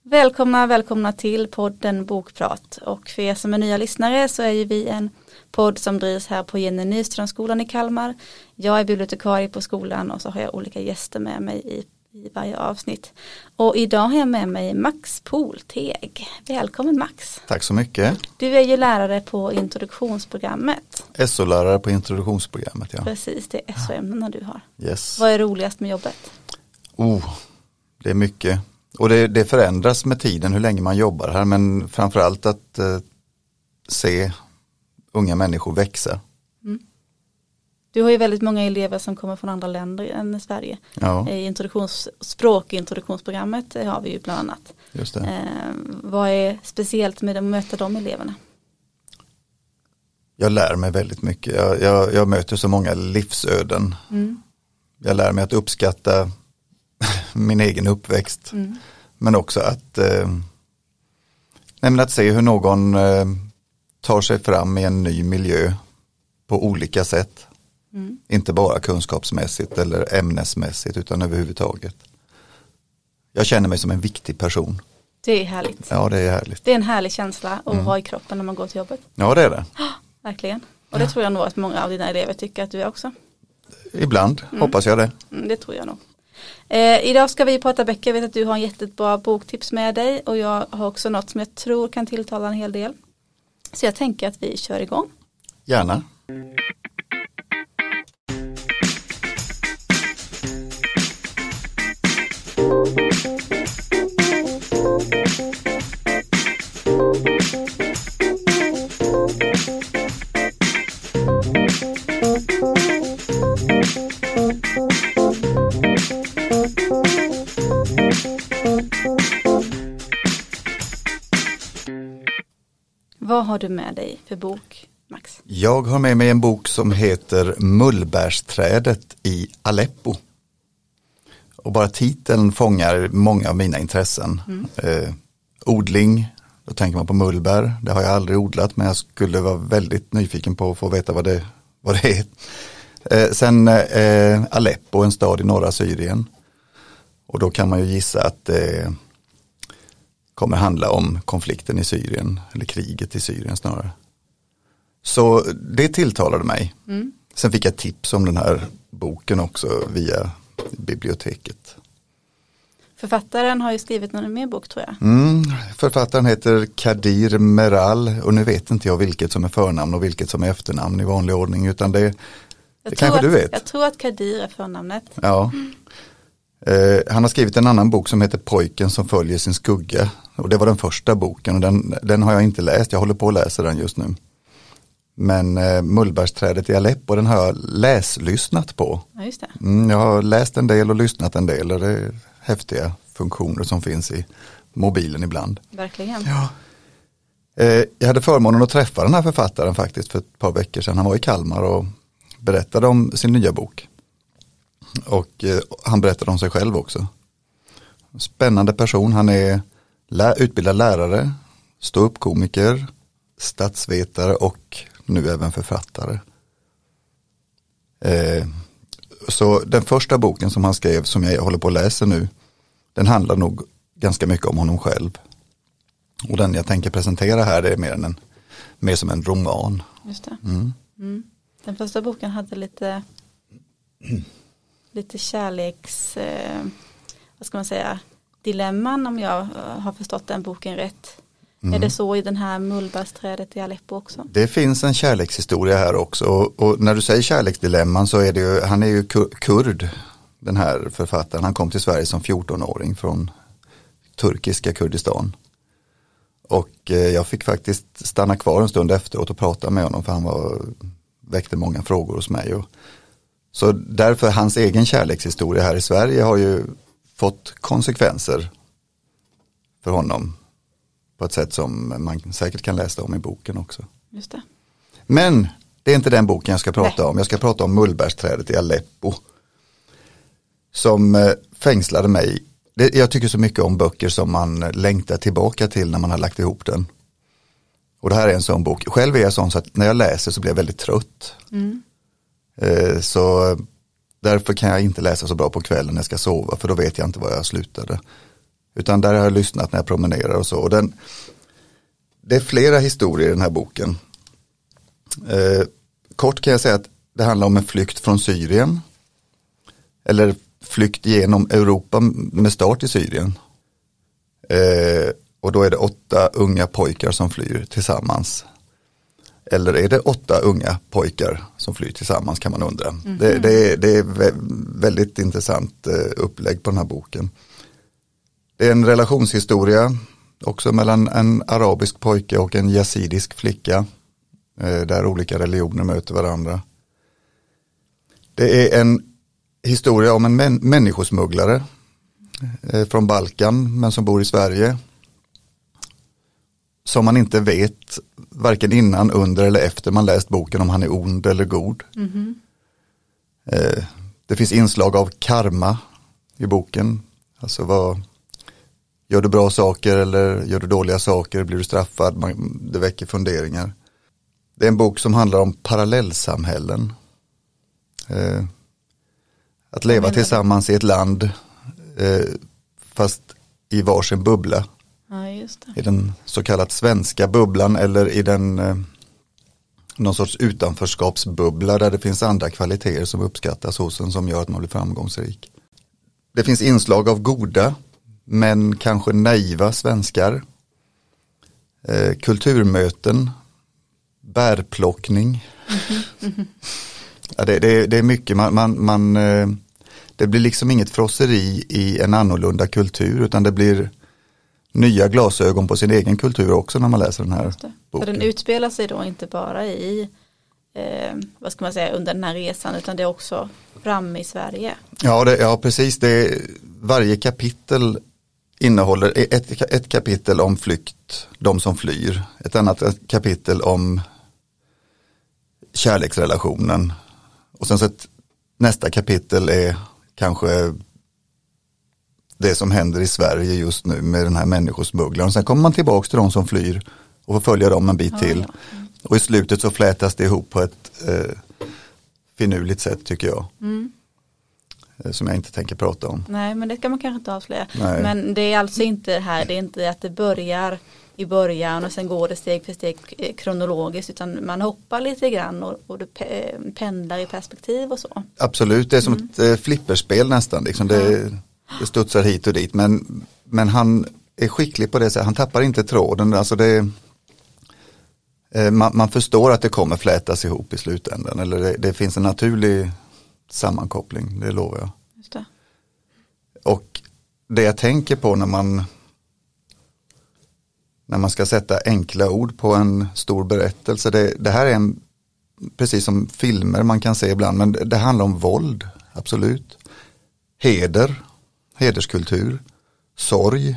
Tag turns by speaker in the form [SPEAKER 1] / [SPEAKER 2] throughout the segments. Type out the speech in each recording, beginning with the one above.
[SPEAKER 1] Välkomna till podden Bokprat, och för er som är nya lyssnare så är ju vi en podd som drivs här på Jenny Nyströmskolan i Kalmar. Jag är bibliotekarie på skolan och så har jag olika gäster med mig i varje avsnitt. Och idag har jag med mig Max Polteg. Välkommen Max.
[SPEAKER 2] Tack så mycket.
[SPEAKER 1] Du är ju lärare på introduktionsprogrammet.
[SPEAKER 2] SO-lärare på introduktionsprogrammet, ja.
[SPEAKER 1] Precis, det är SO-ämnena du har.
[SPEAKER 2] Yes.
[SPEAKER 1] Vad är roligast med jobbet?
[SPEAKER 2] Det är mycket. Och det förändras med tiden hur länge man jobbar här, men framförallt att se unga människor växa.
[SPEAKER 1] Mm. Du har ju väldigt många elever som kommer från andra länder än Sverige.
[SPEAKER 2] Ja.
[SPEAKER 1] I introduktionsprogrammet har vi ju bland annat.
[SPEAKER 2] Just det.
[SPEAKER 1] Vad är speciellt med att möta de eleverna?
[SPEAKER 2] Jag lär mig väldigt mycket. Jag möter så många livsöden.
[SPEAKER 1] Mm.
[SPEAKER 2] Jag lär mig att uppskatta min egen uppväxt.
[SPEAKER 1] Mm.
[SPEAKER 2] Men också att se hur någon tar sig fram i en ny miljö på olika sätt. Mm. Inte bara kunskapsmässigt eller ämnesmässigt utan överhuvudtaget. Jag känner mig som en viktig person.
[SPEAKER 1] Det är härligt.
[SPEAKER 2] Ja, det är härligt.
[SPEAKER 1] Det är en härlig känsla att ha i kroppen när man går till jobbet.
[SPEAKER 2] Ja, det är det.
[SPEAKER 1] Verkligen. Och det tror jag nog att många av dina elever tycker att du är också.
[SPEAKER 2] Ibland, hoppas jag det.
[SPEAKER 1] Det tror jag nog. Idag ska vi prata böcker. Jag vet att du har en jättebra boktips med dig. Och jag har också något som jag tror kan tilltala en hel del. Så jag tänker att vi kör igång.
[SPEAKER 2] Gärna.
[SPEAKER 1] Vad har du med dig för bok, Max?
[SPEAKER 2] Jag har med mig en bok som heter Mullbärsträdet i Aleppo. Och bara titeln fångar många av mina intressen. Odling, då tänker man på mullbär. Det har jag aldrig odlat, men jag skulle vara väldigt nyfiken på att få veta vad det är. Sen Aleppo, en stad i norra Syrien. Och då kan man ju gissa att det kommer handla om konflikten i Syrien, eller kriget i Syrien snarare. Så det tilltalade mig. Sen fick jag tips om den här boken också via biblioteket.
[SPEAKER 1] Författaren har ju skrivit någon mer bok, tror jag.
[SPEAKER 2] Författaren heter Kadir Meral, och nu vet inte jag vilket som är förnamn och vilket som är efternamn i vanlig ordning, utan det kanske du vet.
[SPEAKER 1] Jag tror att Kadir är förnamnet.
[SPEAKER 2] Ja. Han har skrivit en annan bok som heter Pojken som följer sin skugga, och det var den första boken, och den har jag inte läst, jag håller på att läsa den just nu. Men Mullbärsträdet i Aleppo, den har jag läslyssnat på.
[SPEAKER 1] Ja, just det.
[SPEAKER 2] Jag har läst en del och lyssnat en del, och det är häftiga funktioner som finns i mobilen ibland.
[SPEAKER 1] Verkligen.
[SPEAKER 2] Ja. Jag hade förmånen att träffa den här författaren faktiskt för ett par veckor sedan. Han var i Kalmar och berättade om sin nya bok. Och han berättade om sig själv också. Spännande person, han är utbildad lärare, ståuppkomiker, statsvetare och nu även författare. Så den första boken som han skrev, som jag håller på att läsa nu, den handlar nog ganska mycket om honom själv. Och den jag tänker presentera här, det är mer som en roman.
[SPEAKER 1] Just det. Den första boken hade lite kärleks, vad ska man säga, dilemman, om jag har förstått den boken rätt. Är det så i den här Mullbärsträdet i Aleppo också? Det
[SPEAKER 2] finns en kärlekshistoria här också, och när du säger kärleksdilemman så är det ju, han är ju kurd, den här författaren. Han kom till Sverige som 14-åring från turkiska Kurdistan. Och jag fick faktiskt stanna kvar en stund efteråt och prata med honom, för han väckte många frågor hos mig. Så därför hans egen kärlekshistoria här i Sverige har ju fått konsekvenser för honom på ett sätt som man säkert kan läsa om i boken också.
[SPEAKER 1] Just det.
[SPEAKER 2] Men det är inte den boken jag ska prata om. Jag ska prata om Mullbärsträdet i Aleppo, som fängslade mig. Jag tycker så mycket om böcker som man längtar tillbaka till när man har lagt ihop den. Och det här är en sån bok. Själv är jag sån så att när jag läser så blir jag väldigt trött. Så därför kan jag inte läsa så bra på kvällen när jag ska sova, för då vet jag inte var jag slutade. Utan där har jag lyssnat när jag promenerar och så. Och det är flera historier i den här boken. Kort kan jag säga att det handlar om en flykt från Syrien. Eller flykt genom Europa med start i Syrien. Och då är det 8 unga pojkar som flyr tillsammans. Eller är det 8 unga pojkar som flyr tillsammans, kan man undra. Mm. Det är väldigt intressant upplägg på den här boken. Det är en relationshistoria också mellan en arabisk pojke och en yazidisk flicka. Där olika religioner möter varandra. Det är en historia om en människosmugglare från Balkan men som bor i Sverige. Som man inte vet varken innan, under eller efter man läst boken om han är ond eller god. Mm-hmm. Det finns inslag av karma i boken. Alltså gör du bra saker eller gör du dåliga saker, blir du straffad, det väcker funderingar. Det är en bok som handlar om parallellsamhällen. Att leva tillsammans i ett land fast i varsin bubbla.
[SPEAKER 1] Ja, just det.
[SPEAKER 2] I den så kallat svenska bubblan eller i den någon sorts utanförskapsbubbla där det finns andra kvaliteter som uppskattas hos en som gör att man blir framgångsrik. Det finns inslag av goda men kanske naiva svenskar. Kulturmöten, bärplockning. Mm-hmm. Ja, det är mycket, det blir liksom inget frosseri i en annorlunda kultur utan det blir nya glasögon på sin egen kultur också när man läser den här boken.
[SPEAKER 1] För den utspelar sig då inte bara i vad ska man säga, under den här resan utan det är också framme i Sverige.
[SPEAKER 2] Ja, precis. Varje kapitel innehåller ett kapitel om flykt, de som flyr. Ett annat kapitel om kärleksrelationen. Och sen så nästa kapitel är kanske det som händer i Sverige just nu med den här människosmugglaren. Sen kommer man tillbaka till de som flyr och får följa dem en bit till. Ja. Och i slutet så flätas det ihop på ett finurligt sätt tycker jag. Mm. Som jag inte tänker prata om.
[SPEAKER 1] Nej, men det kan man kanske inte avslöja. Nej. Men det är alltså inte det här, det är inte att det börjar i början och sen går det steg för steg kronologiskt utan man hoppar lite grann och det pendlar i perspektiv och så.
[SPEAKER 2] Absolut, det är som ett flipperspel nästan. Liksom. Det studsar hit och dit men han är skicklig på det sättet, han tappar inte tråden. Alltså man förstår att det kommer flätas ihop i slutändan eller det finns en naturlig sammankoppling, det lovar jag.
[SPEAKER 1] Just det.
[SPEAKER 2] Och det jag tänker på när man ska sätta enkla ord på en stor berättelse, det här är precis som filmer man kan se ibland, men det handlar om våld, absolut. Hederskultur, sorg,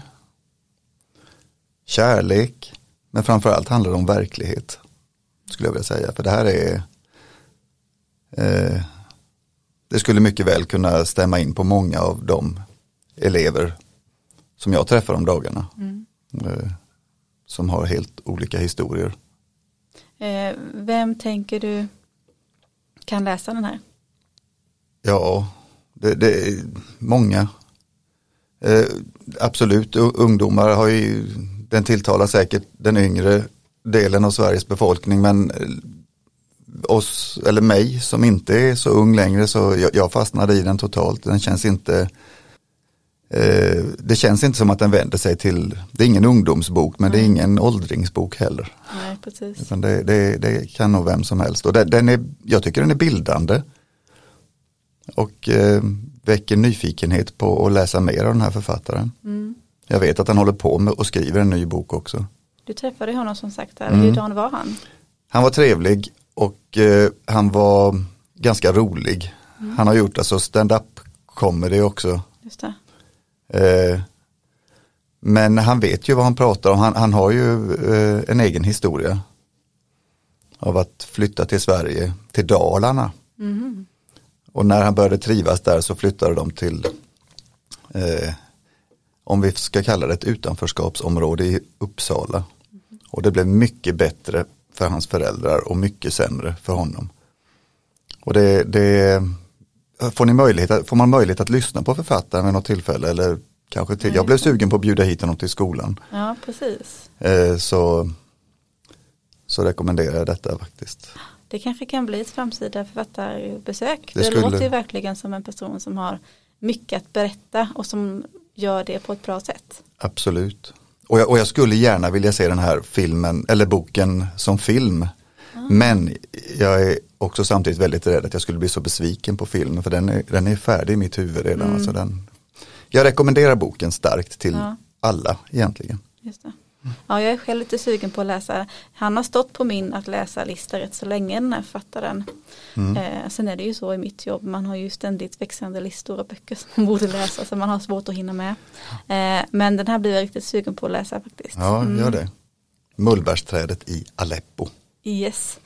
[SPEAKER 2] kärlek, men framförallt handlar det om verklighet, skulle jag vilja säga. För det här är det skulle mycket väl kunna stämma in på många av de elever som jag träffar om dagarna. Som har helt olika historier.
[SPEAKER 1] Vem tänker du kan läsa den här?
[SPEAKER 2] Ja, det är många. Absolut, ungdomar har ju, den tilltalar säkert den yngre delen av Sveriges befolkning, men oss eller mig som inte är så ung längre så jag fastnade i den totalt. Den känns inte det känns inte som att den vänder sig till, det är ingen ungdomsbok men det är ingen åldringsbok heller.
[SPEAKER 1] Nej, precis.
[SPEAKER 2] Utan det kan nog vem som helst. Och jag tycker den är bildande och väcker nyfikenhet på att läsa mer av den här författaren. Mm. Jag vet att han håller på med och skriver en ny bok också.
[SPEAKER 1] Du träffade honom som sagt där. Hur var han?
[SPEAKER 2] Han var trevlig och han var ganska rolig. Han har gjort alltså stand-up comedy också.
[SPEAKER 1] Just det.
[SPEAKER 2] Men han vet ju vad han pratar om. Han har ju en egen historia av att flytta till Sverige, till Dalarna. Mm. Och när han började trivas där så flyttade de till om vi ska kalla det ett utanförskapsområde i Uppsala. Och det blev mycket bättre för hans föräldrar och mycket sämre för honom. Och får man möjlighet att lyssna på författaren vid något tillfälle eller kanske till. Jag blev sugen på att bjuda hit honom till skolan.
[SPEAKER 1] Ja, precis.
[SPEAKER 2] Så rekommenderar jag detta faktiskt.
[SPEAKER 1] Det kanske kan bli ett framtida författarbesök. Det låter ju verkligen som en person som har mycket att berätta och som gör det på ett bra sätt.
[SPEAKER 2] Absolut. Och jag skulle gärna vilja se den här filmen eller boken som film. Men jag är också samtidigt väldigt rädd att jag skulle bli så besviken på filmen, för den är färdig i mitt huvud redan. Alltså jag rekommenderar boken starkt till alla egentligen.
[SPEAKER 1] Just det. Ja, jag är själv lite sugen på att läsa. Han har stått på min att läsa-lista rätt så länge, den här författaren. Sen är det ju så i mitt jobb, man har ju ständigt växande listor av böcker som man borde läsa, så man har svårt att hinna med. Men den här blir jag riktigt sugen på att läsa faktiskt.
[SPEAKER 2] Ja, gör det. Mullbärsträdet i Aleppo.
[SPEAKER 1] Yes.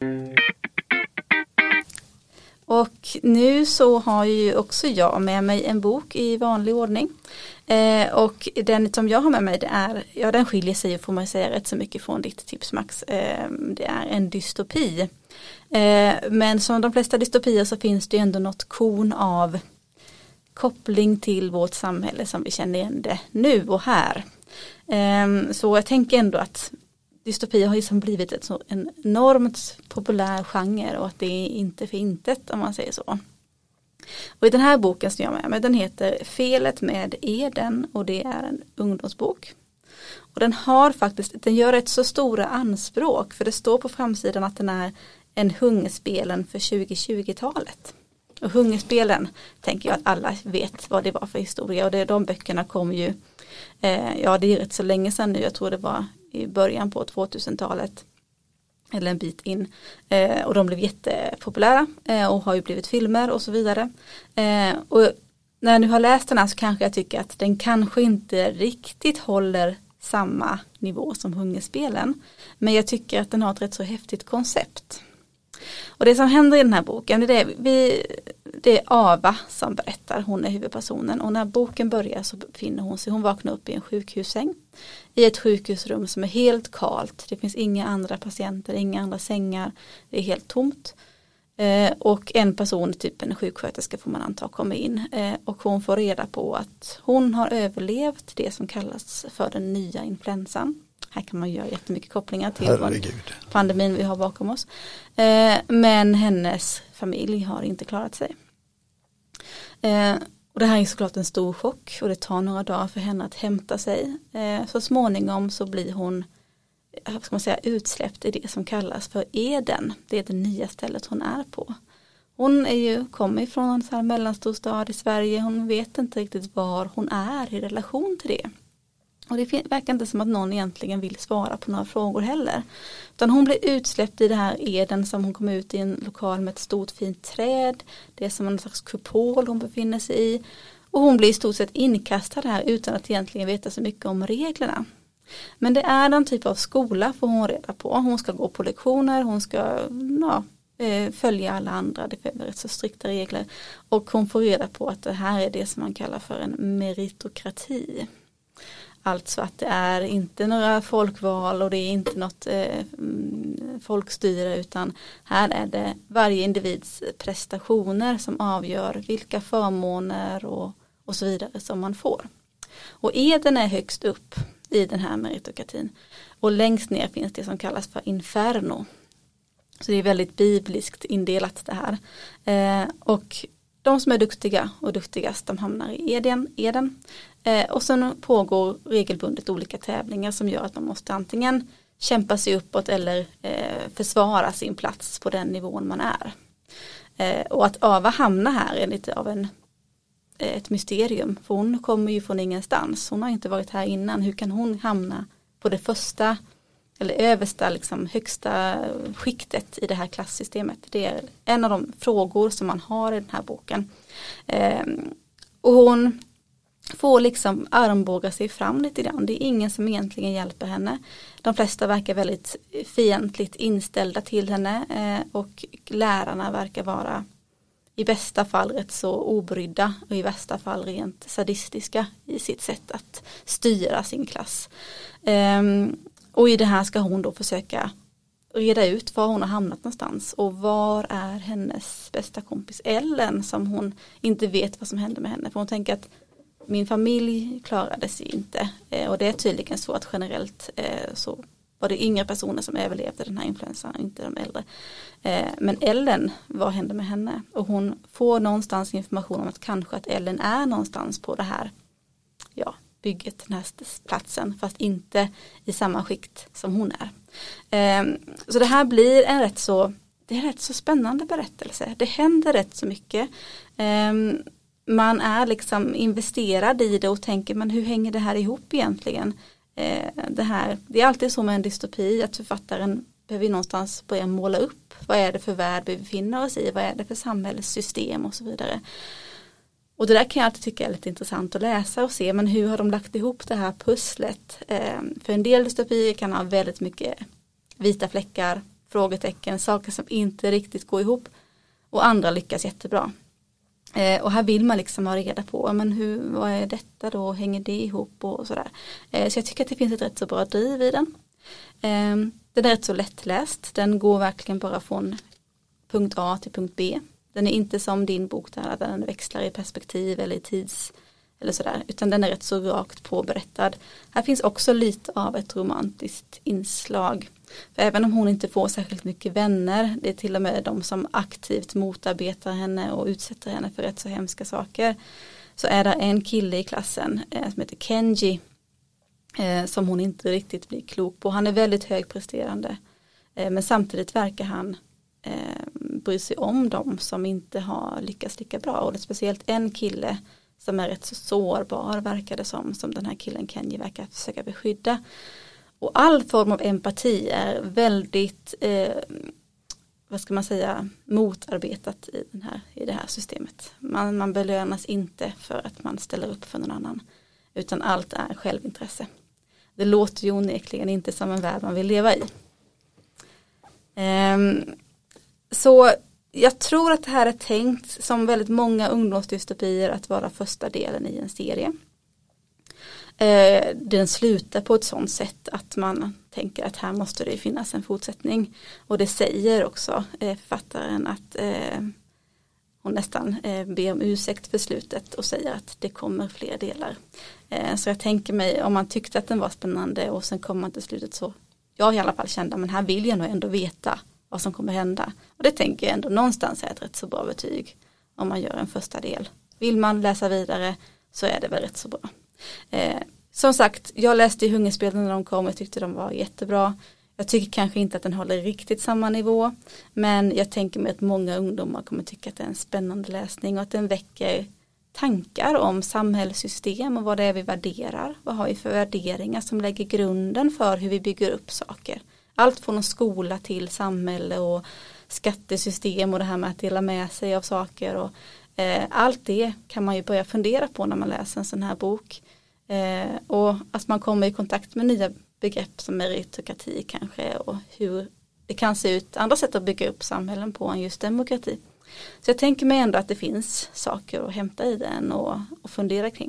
[SPEAKER 1] Och nu så har ju också jag med mig en bok i vanlig ordning. Och den som jag har med mig, den skiljer sig, får man säga, rätt så mycket från ditt tips, Max. Det är en dystopi. Men som de flesta dystopier så finns det ju ändå något korn av koppling till vårt samhälle som vi känner igen det nu och här. Så jag tänker ändå att dystopier har liksom blivit en enormt populär genre och att det är inte för intet, om man säger så. Och i den här boken som jag har med mig, den heter Felet med Eden och det är en ungdomsbok. Och den gör ett så stora anspråk, för det står på framsidan att den är en hungerspelen för 2020-talet. Och hungerspelen tänker jag att alla vet vad det var för historia, och de böckerna kom ju, det är rätt så länge sedan nu, jag tror det var i början på 2000-talet eller en bit in, och de blev jättepopulära och har ju blivit filmer och så vidare. Och när jag nu har läst den här så kanske jag tycker att den kanske inte riktigt håller samma nivå som hungerspelen, men jag tycker att den har ett rätt så häftigt koncept. Och det som händer i den här boken, det är Ava som berättar, hon är huvudpersonen, och när boken börjar så befinner hon vaknar upp i en sjukhussäng i ett sjukhusrum som är helt kalt. Det finns inga andra patienter, inga andra sängar, det är helt tomt. Och en person, typ en sjuksköterska får man anta, kommer in och hon får reda på att hon har överlevt det som kallas för den nya influensan. Här kan man göra jättemycket kopplingar till pandemin vi har bakom oss. Men hennes familj har inte klarat sig. Och det här är såklart en stor chock och det tar några dagar för henne att hämta sig. Så småningom så blir hon, vad ska man säga, utsläppt i det som kallas för Eden. Det är det nya stället hon är på. Hon kommer ifrån en sån här mellanstor stad i Sverige. Hon vet inte riktigt var hon är i relation till det. Och det verkar inte som att någon egentligen vill svara på några frågor heller. Utan hon blir utsläppt i det här Eden som hon kom ut i en lokal med ett stort fint träd. Det är som en slags kupol hon befinner sig i. Och hon blir i stort sett inkastad här utan att egentligen veta så mycket om reglerna. Men det är en typ av skola får hon reda på. Hon ska gå på lektioner, hon ska följa alla andra, det är rätt så strikta regler. Och hon får reda på att det här är det som man kallar för en meritokrati. Alltså att det är inte några folkval och det är inte något folkstyre, utan här är det varje individs prestationer som avgör vilka förmåner och så vidare som man får. Och Eden är högst upp i den här meritokratin och längst ner finns det som kallas för inferno. Så det är väldigt bibliskt indelat det här. Och de som är duktiga och duktigast, de hamnar i Eden. Och sen pågår regelbundet olika tävlingar som gör att man måste antingen kämpa sig uppåt eller försvara sin plats på den nivån man är. Och att Ava hamnar här är lite av ett mysterium. För hon kommer ju från ingenstans. Hon har inte varit här innan. Hur kan hon hamna på det första eller översta, liksom högsta skiktet i det här klasssystemet? Det är en av de frågor som man har i den här boken. Och hon får liksom armbåga sig fram lite grann. Det är ingen som egentligen hjälper henne. De flesta verkar väldigt fientligt inställda till henne och lärarna verkar vara i bästa fall rätt så obrydda och i värsta fall rent sadistiska i sitt sätt att styra sin klass. Och i det här ska hon då försöka reda ut var hon har hamnat någonstans och var är hennes bästa kompis Ellen, som hon inte vet vad som händer med henne. För hon tänker att min familj klarade sig inte. Och det är tydligen så att generellt så var det yngre personer som överlevde den här influensan, inte de äldre. Men Ellen, vad hände med henne? Och hon får någonstans information om att kanske att Ellen är någonstans på det här bygget, den här platsen, fast inte i samma skikt som hon är. Så det här blir en rätt så spännande berättelse. Det händer rätt så mycket. Man är liksom investerad i det och tänker, men hur hänger det här ihop egentligen? Det är alltid så med en dystopi att författaren behöver någonstans börja måla upp. Vad är det för värld vi befinner oss i? Vad är det för samhällssystem och så vidare? Och det där kan jag alltid tycka är lite intressant att läsa och se, men hur har de lagt ihop det här pusslet? För en del dystopier kan ha väldigt mycket vita fläckar, frågetecken, saker som inte riktigt går ihop, och andra lyckas jättebra. Och här vill man liksom ha reda på, men vad är detta då, hänger det ihop och sådär. Så jag tycker att det finns ett rätt så bra driv i den. Den är rätt så lättläst, den går verkligen bara från punkt A till punkt B. Den är inte som din bok där, att den växlar i perspektiv eller i tids eller sådär, utan den är rätt så rakt påberättad. Här finns också lite av ett romantiskt inslag. För även om hon inte får särskilt mycket vänner, det är till och med de som aktivt motarbetar henne och utsätter henne för rätt så hemska saker, så är det en kille i klassen som heter Kenji som hon inte riktigt blir klok på. Han är väldigt högpresterande, men samtidigt verkar han bry sig om dem som inte har lyckats lika bra, och det är speciellt en kille som är rätt så sårbar, verkar det som den här killen Kenji verkar försöka beskydda. Och all form av empati är väldigt motarbetat i det här systemet. Man belönas inte för att man ställer upp för någon annan, utan allt är självintresse. Det låter ju onekligen inte som en värld man vill leva i. Så jag tror att det här är tänkt som väldigt många ungdomsdystopier att vara första delen i en serie. Den slutar på ett sådant sätt att man tänker att här måste det finnas en fortsättning. Och det säger också författaren att hon nästan ber om ursäkt för slutet och säger att det kommer fler delar. Så jag tänker mig, om man tyckte att den var spännande och sen kommer man till slutet, så jag i alla fall kände, men här vill jag nog ändå veta vad som kommer hända. Och det tänker jag ändå någonstans är ett rätt så bra betyg om man gör en första del. Vill man läsa vidare så är det väl rätt så bra. Som sagt, jag läste i Hungerspelen när de kom, jag tyckte de var jättebra. Jag tycker kanske inte att den håller riktigt samma nivå, men jag tänker mig att många ungdomar kommer tycka att det är en spännande läsning och att den väcker tankar om samhällssystem och vad det är vi värderar. Vad har vi för värderingar som lägger grunden för hur vi bygger upp saker. Allt från skola till samhälle och skattesystem och det här med att dela med sig av saker. Och, allt det kan man ju börja fundera på när man läser en sån här bok. Och att man kommer i kontakt med nya begrepp som meritokrati kanske, och hur det kan se ut, andra sätt att bygga upp samhällen på än just demokrati. Så jag tänker mig ändå att det finns saker att hämta i den och fundera kring.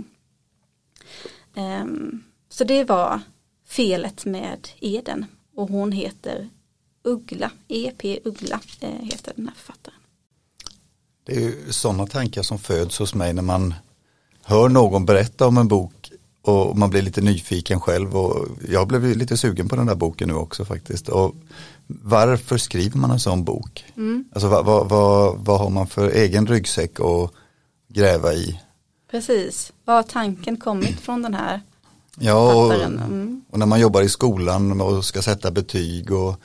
[SPEAKER 1] Så det var felet med Eden, och hon heter Uggla, E.P. Uggla heter den här författaren.
[SPEAKER 2] Det är ju sådana tankar som föds hos mig när man hör någon berätta om en bok och man blir lite nyfiken själv, och jag blev lite sugen på den där boken nu också faktiskt. Och varför skriver man en sån bok? Alltså vad har man för egen ryggsäck att gräva i?
[SPEAKER 1] Precis, vad har tanken kommit från den här
[SPEAKER 2] författaren? Och när man jobbar i skolan och ska sätta betyg och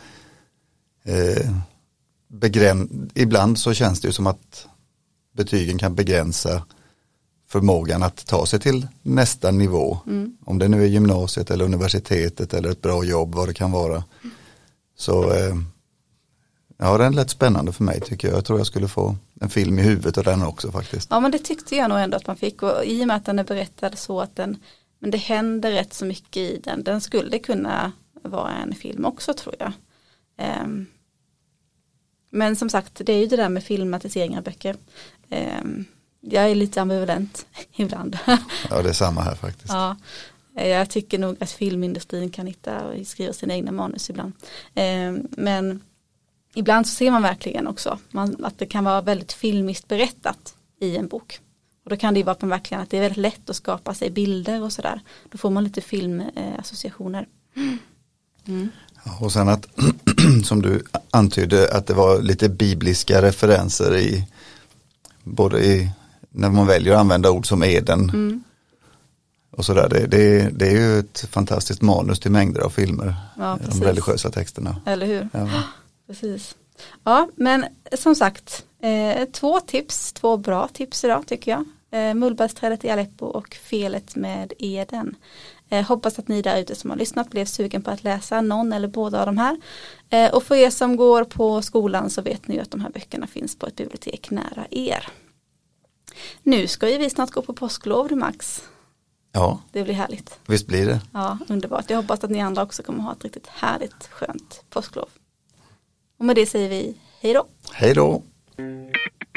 [SPEAKER 2] ibland så känns det ju som att betygen kan begränsa förmågan att ta sig till nästa nivå. Om det nu är gymnasiet eller universitetet eller ett bra jobb, vad det kan vara. Så den lät spännande för mig tycker jag. Jag tror jag skulle få en film i huvudet av den också faktiskt. Ja, men det tyckte jag nog ändå att man fick. Och i och med att den är berättad så att men det händer rätt så mycket i den. Den skulle kunna vara en film också tror jag. Men som sagt, det är ju det där med filmatisering av böcker. Jag är lite ambivalent ibland. Ja, det är samma här faktiskt.
[SPEAKER 1] Ja, jag tycker nog att filmindustrin kan hitta och skriva sina egna manus ibland. Men ibland så ser man verkligen också att det kan vara väldigt filmiskt berättat i en bok. Och då kan det ju vara verkligen att det är väldigt lätt att skapa sig bilder och sådär. Då får man lite filmassociationer.
[SPEAKER 2] Och sen att, som du antydde, att det var lite bibliska referenser i när man väljer att använda ord som Eden och sådär. Det är ju ett fantastiskt manus till mängder av filmer, de religiösa texterna.
[SPEAKER 1] Eller hur?
[SPEAKER 2] Ja.
[SPEAKER 1] Precis. Ja, men som sagt, 2 bra tips idag tycker jag. Mullbärsträdet i Aleppo och Felet med Eden. Hoppas att ni där ute som har lyssnat blev sugen på att läsa någon eller båda av de här. Och för er som går på skolan så vet ni ju att de här böckerna finns på ett bibliotek nära er. Nu ska ju vi snart gå på påsklov, du Max.
[SPEAKER 2] Ja.
[SPEAKER 1] Det blir härligt.
[SPEAKER 2] Visst blir det.
[SPEAKER 1] Ja, underbart. Jag hoppas att ni andra också kommer ha ett riktigt härligt, skönt påsklov. Och med det säger vi hej då.
[SPEAKER 2] Hej då.